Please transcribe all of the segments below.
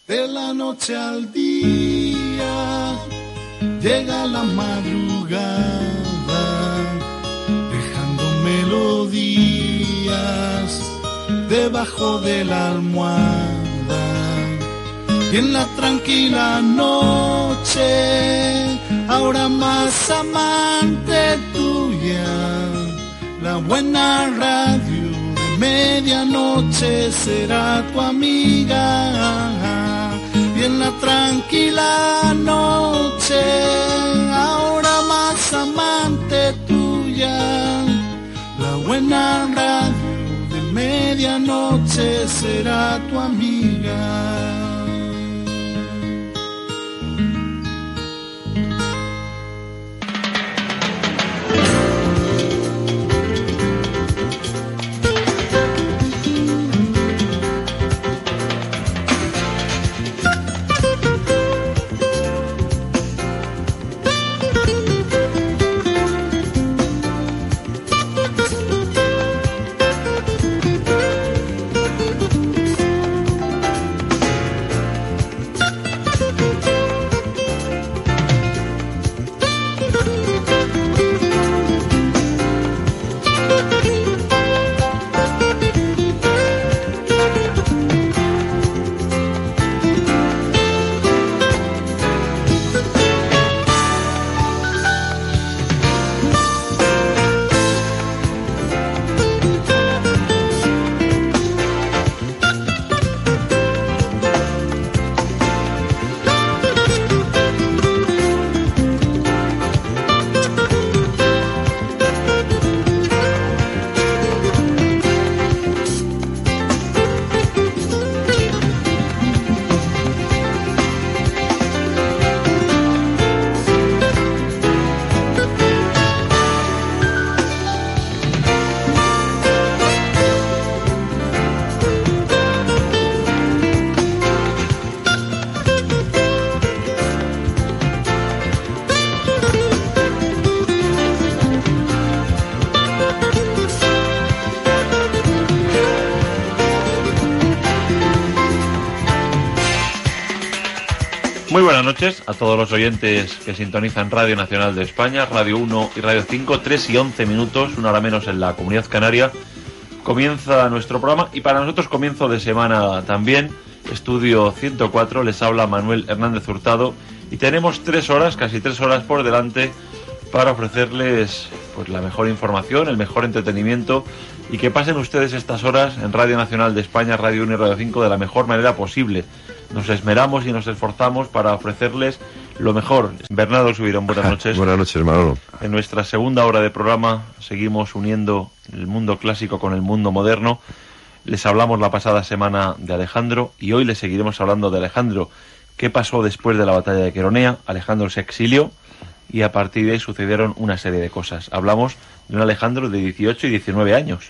De la noche al día llega la madrugada, dejando melodías debajo de la almohada. Y en la tranquila noche, ahora más amante tuya, la buena radio de medianoche será tu amiga. Y en la tranquila noche, ahora más amante tuya, la buena radio de medianoche será tu amiga. Muy buenas noches a todos los oyentes que sintonizan Radio Nacional de España, Radio 1 y Radio 5, 3 y 11 minutos, una hora menos en la Comunidad Canaria. Comienza nuestro programa y para nosotros comienzo de semana también. Estudio 104, les habla Manuel Hernández Hurtado y tenemos 3 horas, casi 3 horas por delante para ofrecerles pues la mejor información, el mejor entretenimiento y que pasen ustedes estas horas en Radio Nacional de España, Radio 1 y Radio 5 de la mejor manera posible. Nos esmeramos y nos esforzamos para ofrecerles lo mejor. Bernardo Subirón, buenas noches. Buenas noches, Manolo. En nuestra segunda hora de programa seguimos uniendo el mundo clásico con el mundo moderno. Les hablamos la pasada semana de Alejandro y hoy les seguiremos hablando de Alejandro. ¿Qué pasó después de la batalla de Queronea? Alejandro se exilió y a partir de ahí sucedieron una serie de cosas. Hablamos de un Alejandro de 18 y 19 años.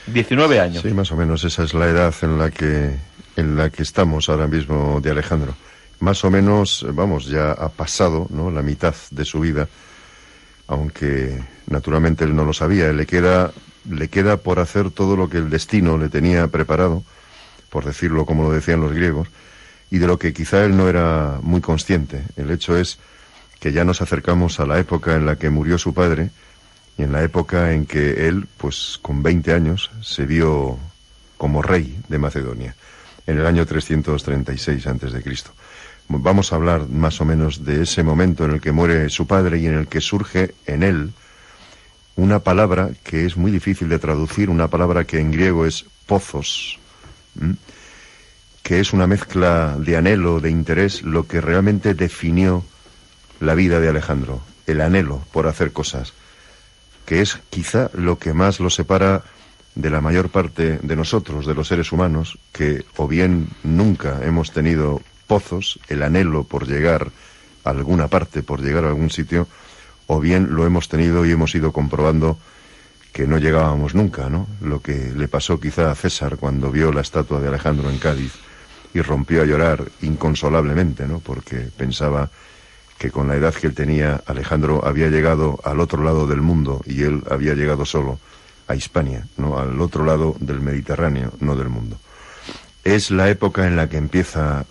19 años. Sí, más o menos esa es la edad en la que estamos ahora mismo de Alejandro. Más o menos, vamos, ya ha pasado, ¿no?, la mitad de su vida, aunque naturalmente él no lo sabía. Le queda por hacer todo lo que el destino le tenía preparado, por decirlo como lo decían los griegos, y de lo que quizá él no era muy consciente. El hecho es que ya nos acercamos a la época en la que murió su padre y en la época en que él, pues con 20 años, se vio como rey de Macedonia, en el año 336 a.C. Vamos a hablar más o menos de ese momento en el que muere su padre y en el que surge en él una palabra que es muy difícil de traducir, una palabra que en griego es pozos, que es una mezcla de anhelo, de interés, lo que realmente definió la vida de Alejandro, el anhelo por hacer cosas, que es quizá lo que más lo separa de la mayor parte de nosotros, de los seres humanos, que o bien nunca hemos tenido pozos, el anhelo por llegar a alguna parte, por llegar a algún sitio, o bien lo hemos tenido y hemos ido comprobando que no llegábamos nunca, ¿no? Lo que le pasó quizá a César cuando vio la estatua de Alejandro en Cádiz y rompió a llorar inconsolablemente, ¿no?, porque pensaba que con la edad que él tenía, Alejandro había llegado al otro lado del mundo y él había llegado solo a Hispania, ¿no?, al otro lado del Mediterráneo, no del mundo. Es la época en la que empieza a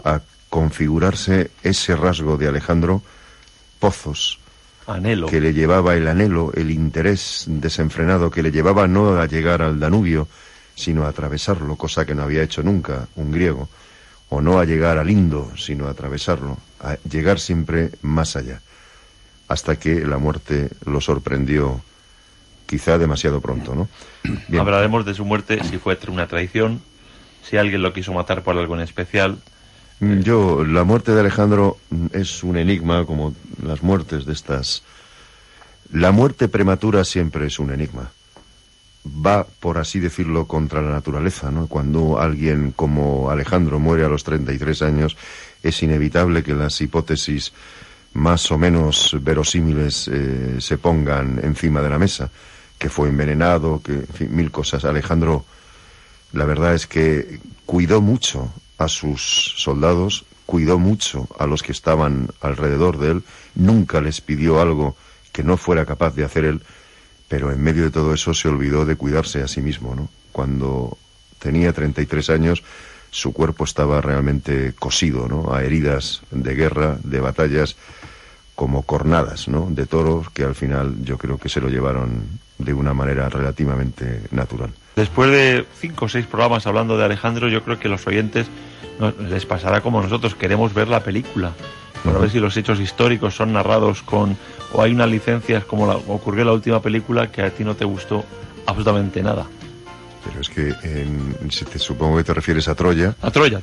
configurarse ese rasgo de Alejandro Pozos, anhelo, que le llevaba el anhelo, el interés desenfrenado, que le llevaba no a llegar al Danubio, sino a atravesarlo, cosa que no había hecho nunca un griego, o no a llegar al Indo, sino a atravesarlo, a llegar siempre más allá, hasta que la muerte lo sorprendió quizá demasiado pronto, ¿no? Bien. Hablaremos de su muerte, si fue una traición, si alguien lo quiso matar por algo en especial. La muerte de Alejandro es un enigma, como las muertes de estas. La muerte prematura siempre es un enigma. Va, por así decirlo, contra la naturaleza, ¿no? Cuando alguien como Alejandro muere a los 33 años, es inevitable que las hipótesis más o menos verosímiles se pongan encima de la mesa. Que fue envenenado, que, en fin, mil cosas. Alejandro, la verdad es que cuidó mucho a sus soldados, cuidó mucho a los que estaban alrededor de él, nunca les pidió algo que no fuera capaz de hacer él, pero en medio de todo eso se olvidó de cuidarse a sí mismo, ¿no? Cuando tenía 33 años, su cuerpo estaba realmente cosido, ¿no? A heridas de guerra, de batallas, como cornadas, ¿no? De toros que al final yo creo que se lo llevaron de una manera relativamente natural. Después de 5 o 6 programas hablando de Alejandro, yo creo que los oyentes les pasará como nosotros, queremos ver la película, para ver si los hechos históricos son narrados o hay unas licencias como ocurrió en la última película que a ti no te gustó absolutamente nada. Pero es que supongo que te refieres a Troya. A Troya.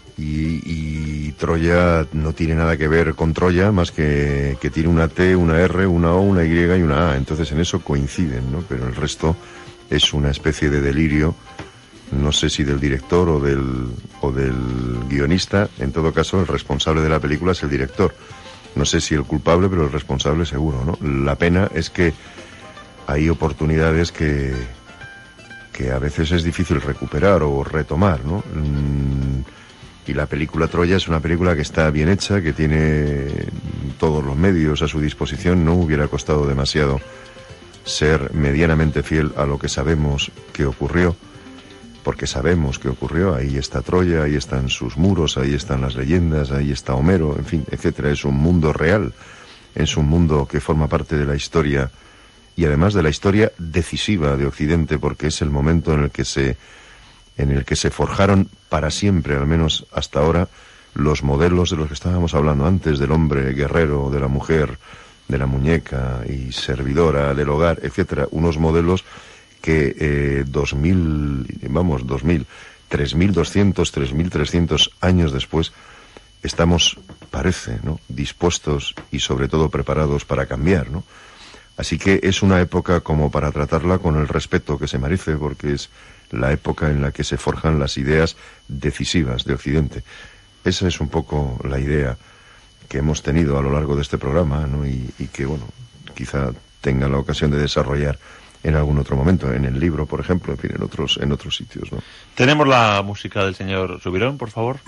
Y Troya no tiene nada que ver con Troya, más que tiene una T, una R, una O, una Y y una A. Entonces en eso coinciden, ¿no? Pero el resto es una especie de delirio, no sé si del director o del guionista. En todo caso, el responsable de la película es el director. No sé si el culpable, pero el responsable seguro, ¿no? La pena es que hay oportunidades que a veces es difícil recuperar o retomar, ¿no? Y la película Troya es una película que está bien hecha, que tiene todos los medios a su disposición. No hubiera costado demasiado ser medianamente fiel a lo que sabemos que ocurrió, porque sabemos que ocurrió. Ahí está Troya, ahí están sus muros, ahí están las leyendas, ahí está Homero, en fin, etcétera. Es un mundo real, es un mundo que forma parte de la historia, y además de la historia decisiva de Occidente, porque es el momento en el que se forjaron para siempre, al menos hasta ahora, los modelos de los que estábamos hablando antes, del hombre guerrero, de la mujer, de la muñeca y servidora, del hogar, etcétera. Unos modelos que 3.200, 3.300 años después estamos, parece, ¿no?, dispuestos y sobre todo preparados para cambiar, ¿no? Así que es una época como para tratarla con el respeto que se merece, porque es la época en la que se forjan las ideas decisivas de Occidente. Esa es un poco la idea que hemos tenido a lo largo de este programa, ¿no? Y que, bueno, quizá tenga la ocasión de desarrollar en algún otro momento, en el libro, por ejemplo, en fin, en otros sitios, ¿no? Tenemos la música del señor Subirón, por favor.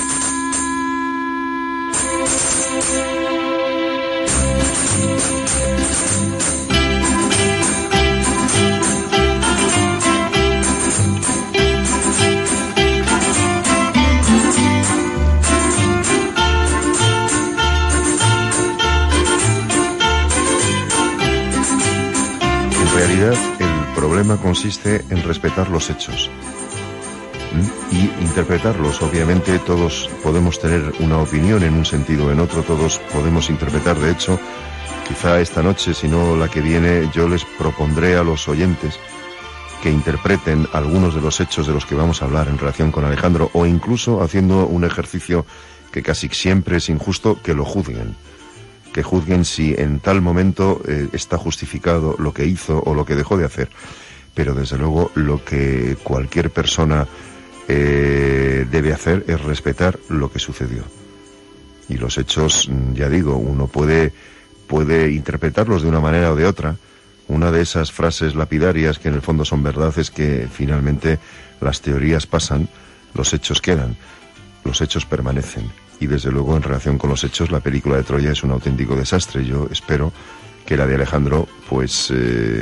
En realidad, el problema consiste en respetar los hechos y interpretarlos. Obviamente todos podemos tener una opinión en un sentido o en otro, todos podemos interpretar. De hecho, quizá esta noche, si no la que viene, yo les propondré a los oyentes que interpreten algunos de los hechos de los que vamos a hablar en relación con Alejandro, o incluso haciendo un ejercicio que casi siempre es injusto, que lo juzguen. Que juzguen si en tal momento está justificado lo que hizo o lo que dejó de hacer. Pero desde luego lo que cualquier persona debe hacer es respetar lo que sucedió. Y los hechos, ya digo, uno puede interpretarlos de una manera o de otra. Una de esas frases lapidarias que en el fondo son verdad es que finalmente las teorías pasan, los hechos quedan, los hechos permanecen. Y desde luego, en relación con los hechos, la película de Troya es un auténtico desastre. Yo espero que la de Alejandro, pues,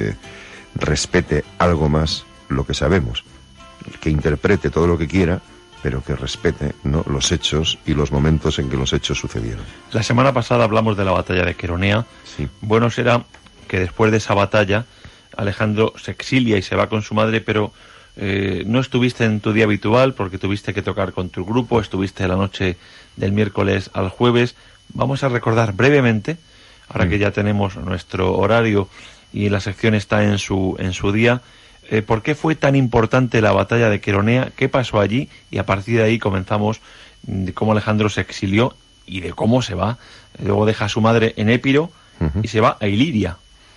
respete algo más lo que sabemos. Que interprete todo lo que quiera, pero que respete, ¿no?, los hechos y los momentos en que los hechos sucedieron. La semana pasada hablamos de la batalla de Queronea. Sí. Bueno será que después de esa batalla Alejandro se exilia y se va con su madre, pero no estuviste en tu día habitual porque tuviste que tocar con tu grupo, estuviste la noche del miércoles al jueves. Vamos a recordar brevemente, ahora que ya tenemos nuestro horario y la sección está en su día, ¿por qué fue tan importante la batalla de Queronea? ¿Qué pasó allí? Y a partir de ahí comenzamos de cómo Alejandro se exilió y de cómo se va. Luego deja a su madre en Épiro y se va a Iliria.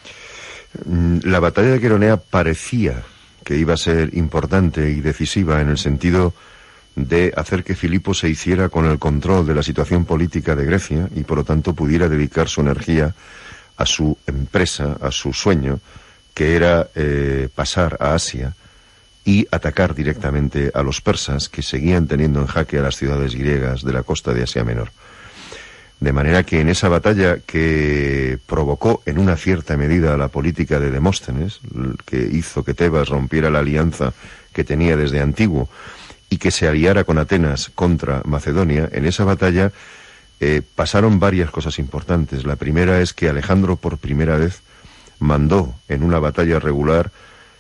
La batalla de Queronea parecía que iba a ser importante y decisiva en el sentido de hacer que Filipo se hiciera con el control de la situación política de Grecia y por lo tanto pudiera dedicar su energía a su empresa, a su sueño, que era pasar a Asia y atacar directamente a los persas que seguían teniendo en jaque a las ciudades griegas de la costa de Asia Menor. De manera que en esa batalla que provocó en una cierta medida la política de Demóstenes, que hizo que Tebas rompiera la alianza que tenía desde antiguo y que se aliara con Atenas contra Macedonia, en esa batalla pasaron varias cosas importantes. La primera es que Alejandro por primera vez mandó en una batalla regular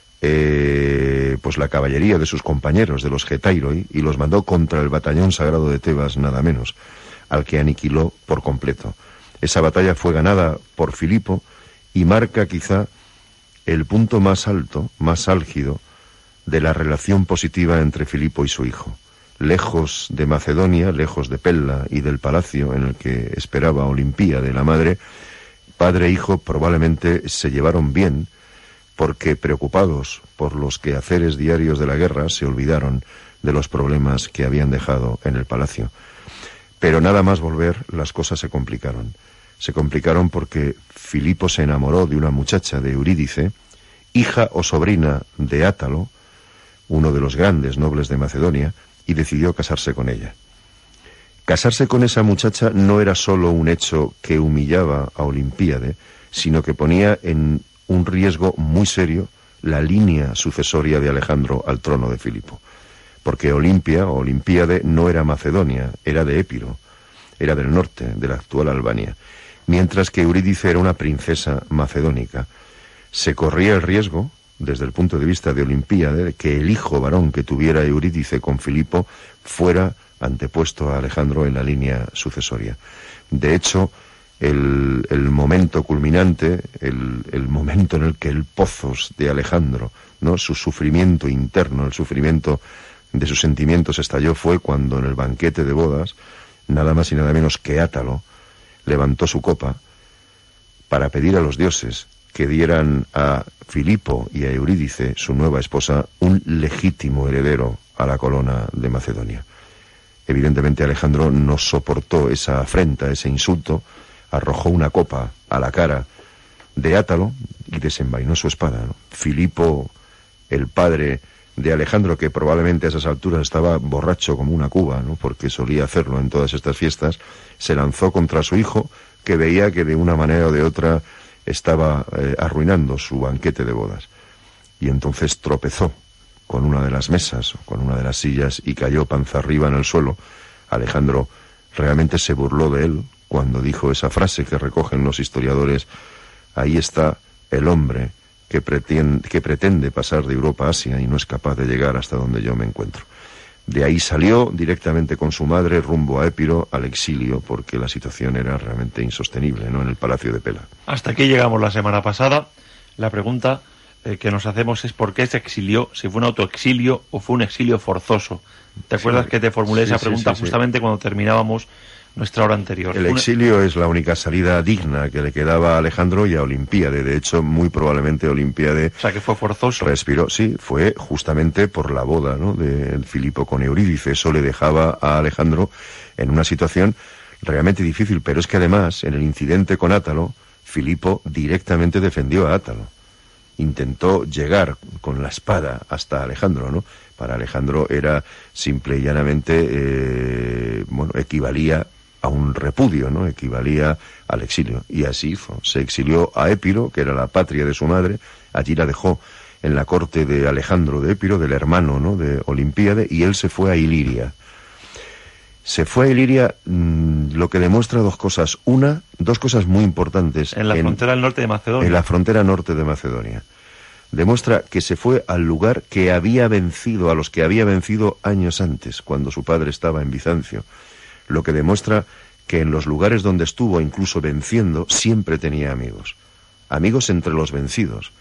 pues la caballería de sus compañeros, de los Getairoi, y los mandó contra el batallón sagrado de Tebas, nada menos, al que aniquiló por completo. Esa batalla fue ganada por Filipo y marca quizá el punto más alto, más álgido, de la relación positiva entre Filipo y su hijo. Lejos de Macedonia, lejos de Pella y del palacio en el que esperaba Olimpíade, la madre, padre e hijo probablemente se llevaron bien, porque preocupados por los quehaceres diarios de la guerra se olvidaron de los problemas que habían dejado en el palacio. Pero nada más volver, las cosas se complicaron. Se complicaron porque Filipo se enamoró de una muchacha, de Eurídice, hija o sobrina de Átalo, uno de los grandes nobles de Macedonia, y decidió casarse con ella. Casarse con esa muchacha no era solo un hecho que humillaba a Olimpíade, sino que ponía en un riesgo muy serio la línea sucesoria de Alejandro al trono de Filipo. Porque Olimpíade no era Macedonia, era de Épiro, era del norte, de la actual Albania, mientras que Eurídice era una princesa macedónica. Se corría el riesgo, desde el punto de vista de Olimpíade, de que el hijo varón que tuviera Eurídice con Filipo fuera antepuesto a Alejandro en la línea sucesoria. De hecho, el momento culminante, el momento en el que el pozos de Alejandro, ¿no?, su sufrimiento interno, el sufrimiento de sus sentimientos estalló, fue cuando en el banquete de bodas, nada más y nada menos que Átalo levantó su copa para pedir a los dioses que dieran a Filipo y a Eurídice, su nueva esposa, un legítimo heredero a la corona de Macedonia. Evidentemente Alejandro no soportó esa afrenta, ese insulto, arrojó una copa a la cara de Átalo y desenvainó su espada, ¿no? Filipo, el padre de Alejandro, que probablemente a esas alturas estaba borracho como una cuba, ¿no?, porque solía hacerlo en todas estas fiestas, se lanzó contra su hijo, que veía que de una manera o de otra estaba arruinando su banquete de bodas. Y entonces tropezó con una de las mesas, con una de las sillas, y cayó panza arriba en el suelo. Alejandro realmente se burló de él cuando dijo esa frase que recogen los historiadores: ahí está el hombre que pretende pasar de Europa a Asia y no es capaz de llegar hasta donde yo me encuentro. De ahí salió directamente con su madre rumbo a Épiro, al exilio, porque la situación era realmente insostenible, ¿no?, en el palacio de Pella. Hasta aquí llegamos la semana pasada. La pregunta que nos hacemos es ¿por qué se exilió? ¿Si fue un autoexilio o fue un exilio forzoso? ¿Te acuerdas que te formulé esa pregunta justamente cuando terminábamos nuestra hora anterior? El exilio es la única salida digna que le quedaba a Alejandro y a Olimpíade. De hecho, muy probablemente Olimpíade... O sea, que fue forzoso. Respiró, sí, fue justamente por la boda, ¿no?, de Filipo con Eurídice. Eso le dejaba a Alejandro en una situación realmente difícil. Pero es que además, en el incidente con Átalo, Filipo directamente defendió a Átalo. Intentó llegar con la espada hasta Alejandro, ¿no? Para Alejandro era simple y llanamente, equivalía a un repudio, ¿no? Equivalía al exilio. Y así hizo. Se exilió a Épiro, que era la patria de su madre, allí la dejó. en la corte de Alejandro de Épiro, del hermano, ¿no?, de Olimpíade, y él se fue a Iliria. Se fue a Iliria, lo que demuestra dos cosas. Dos cosas muy importantes. En la frontera del norte de Macedonia. En la frontera norte de Macedonia. Demuestra que se fue al lugar que había vencido, a los que había vencido años antes, cuando su padre estaba en Bizancio. Lo que demuestra que en los lugares donde estuvo, incluso venciendo, siempre tenía amigos. Amigos entre los vencidos.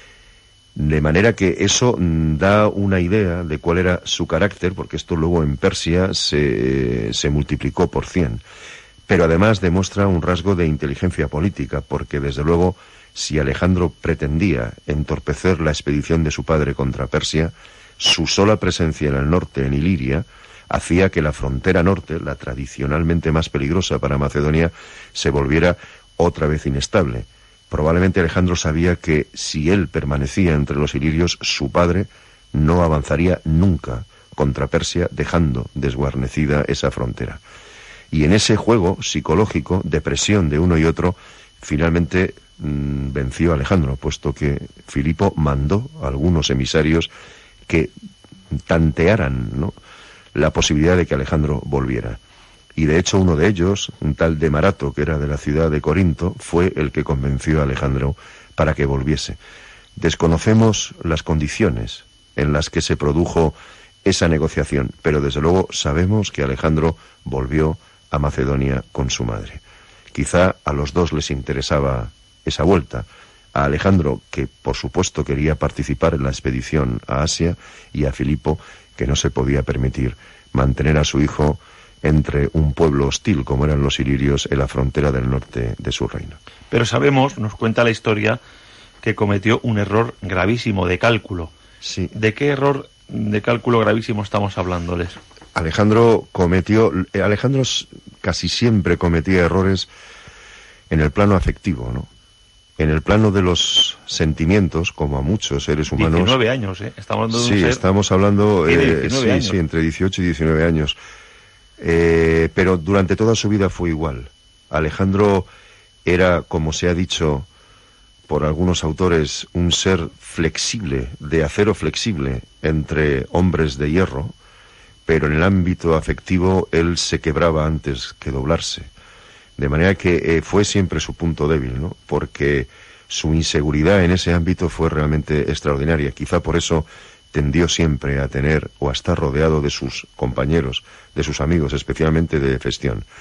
De manera que eso da una idea de cuál era su carácter, porque esto luego en Persia se multiplicó por 100. Pero además demuestra un rasgo de inteligencia política, porque desde luego, si Alejandro pretendía entorpecer la expedición de su padre contra Persia, su sola presencia en el norte, en Iliria, hacía que la frontera norte, la tradicionalmente más peligrosa para Macedonia, se volviera otra vez inestable. Probablemente Alejandro sabía que si él permanecía entre los ilirios, su padre no avanzaría nunca contra Persia, dejando desguarnecida esa frontera. Y en ese juego psicológico de presión de uno y otro, finalmente venció a Alejandro, puesto que Filipo mandó a algunos emisarios que tantearan, ¿no?, la posibilidad de que Alejandro volviera. Y de hecho uno de ellos, un tal Demarato, que era de la ciudad de Corinto, fue el que convenció a Alejandro para que volviese. Desconocemos las condiciones en las que se produjo esa negociación, pero desde luego sabemos que Alejandro volvió a Macedonia con su madre. Quizá a los dos les interesaba esa vuelta. A Alejandro, que por supuesto quería participar en la expedición a Asia, y a Filipo, que no se podía permitir mantener a su hijo entre un pueblo hostil como eran los ilirios en la frontera del norte de su reino. Pero sabemos, nos cuenta la historia, que cometió un error gravísimo de cálculo. Sí. ¿De qué error de cálculo gravísimo estamos hablándoles? Alejandro casi siempre cometía errores en el plano afectivo, ¿no? En el plano de los sentimientos, como a muchos seres humanos. 19 años, ¿eh? Estamos hablando de un Sí, ser estamos hablando años. Sí, entre 18 y 19 años. Pero durante toda su vida fue igual. Alejandro era, como se ha dicho por algunos autores, un ser flexible, de acero flexible, entre hombres de hierro, pero en el ámbito afectivo él se quebraba antes que doblarse. De manera que fue siempre su punto débil, ¿no? Porque su inseguridad en ese ámbito fue realmente extraordinaria. Quizá por eso tendió siempre a tener o a estar rodeado de sus compañeros, de sus amigos, especialmente de Hefestión.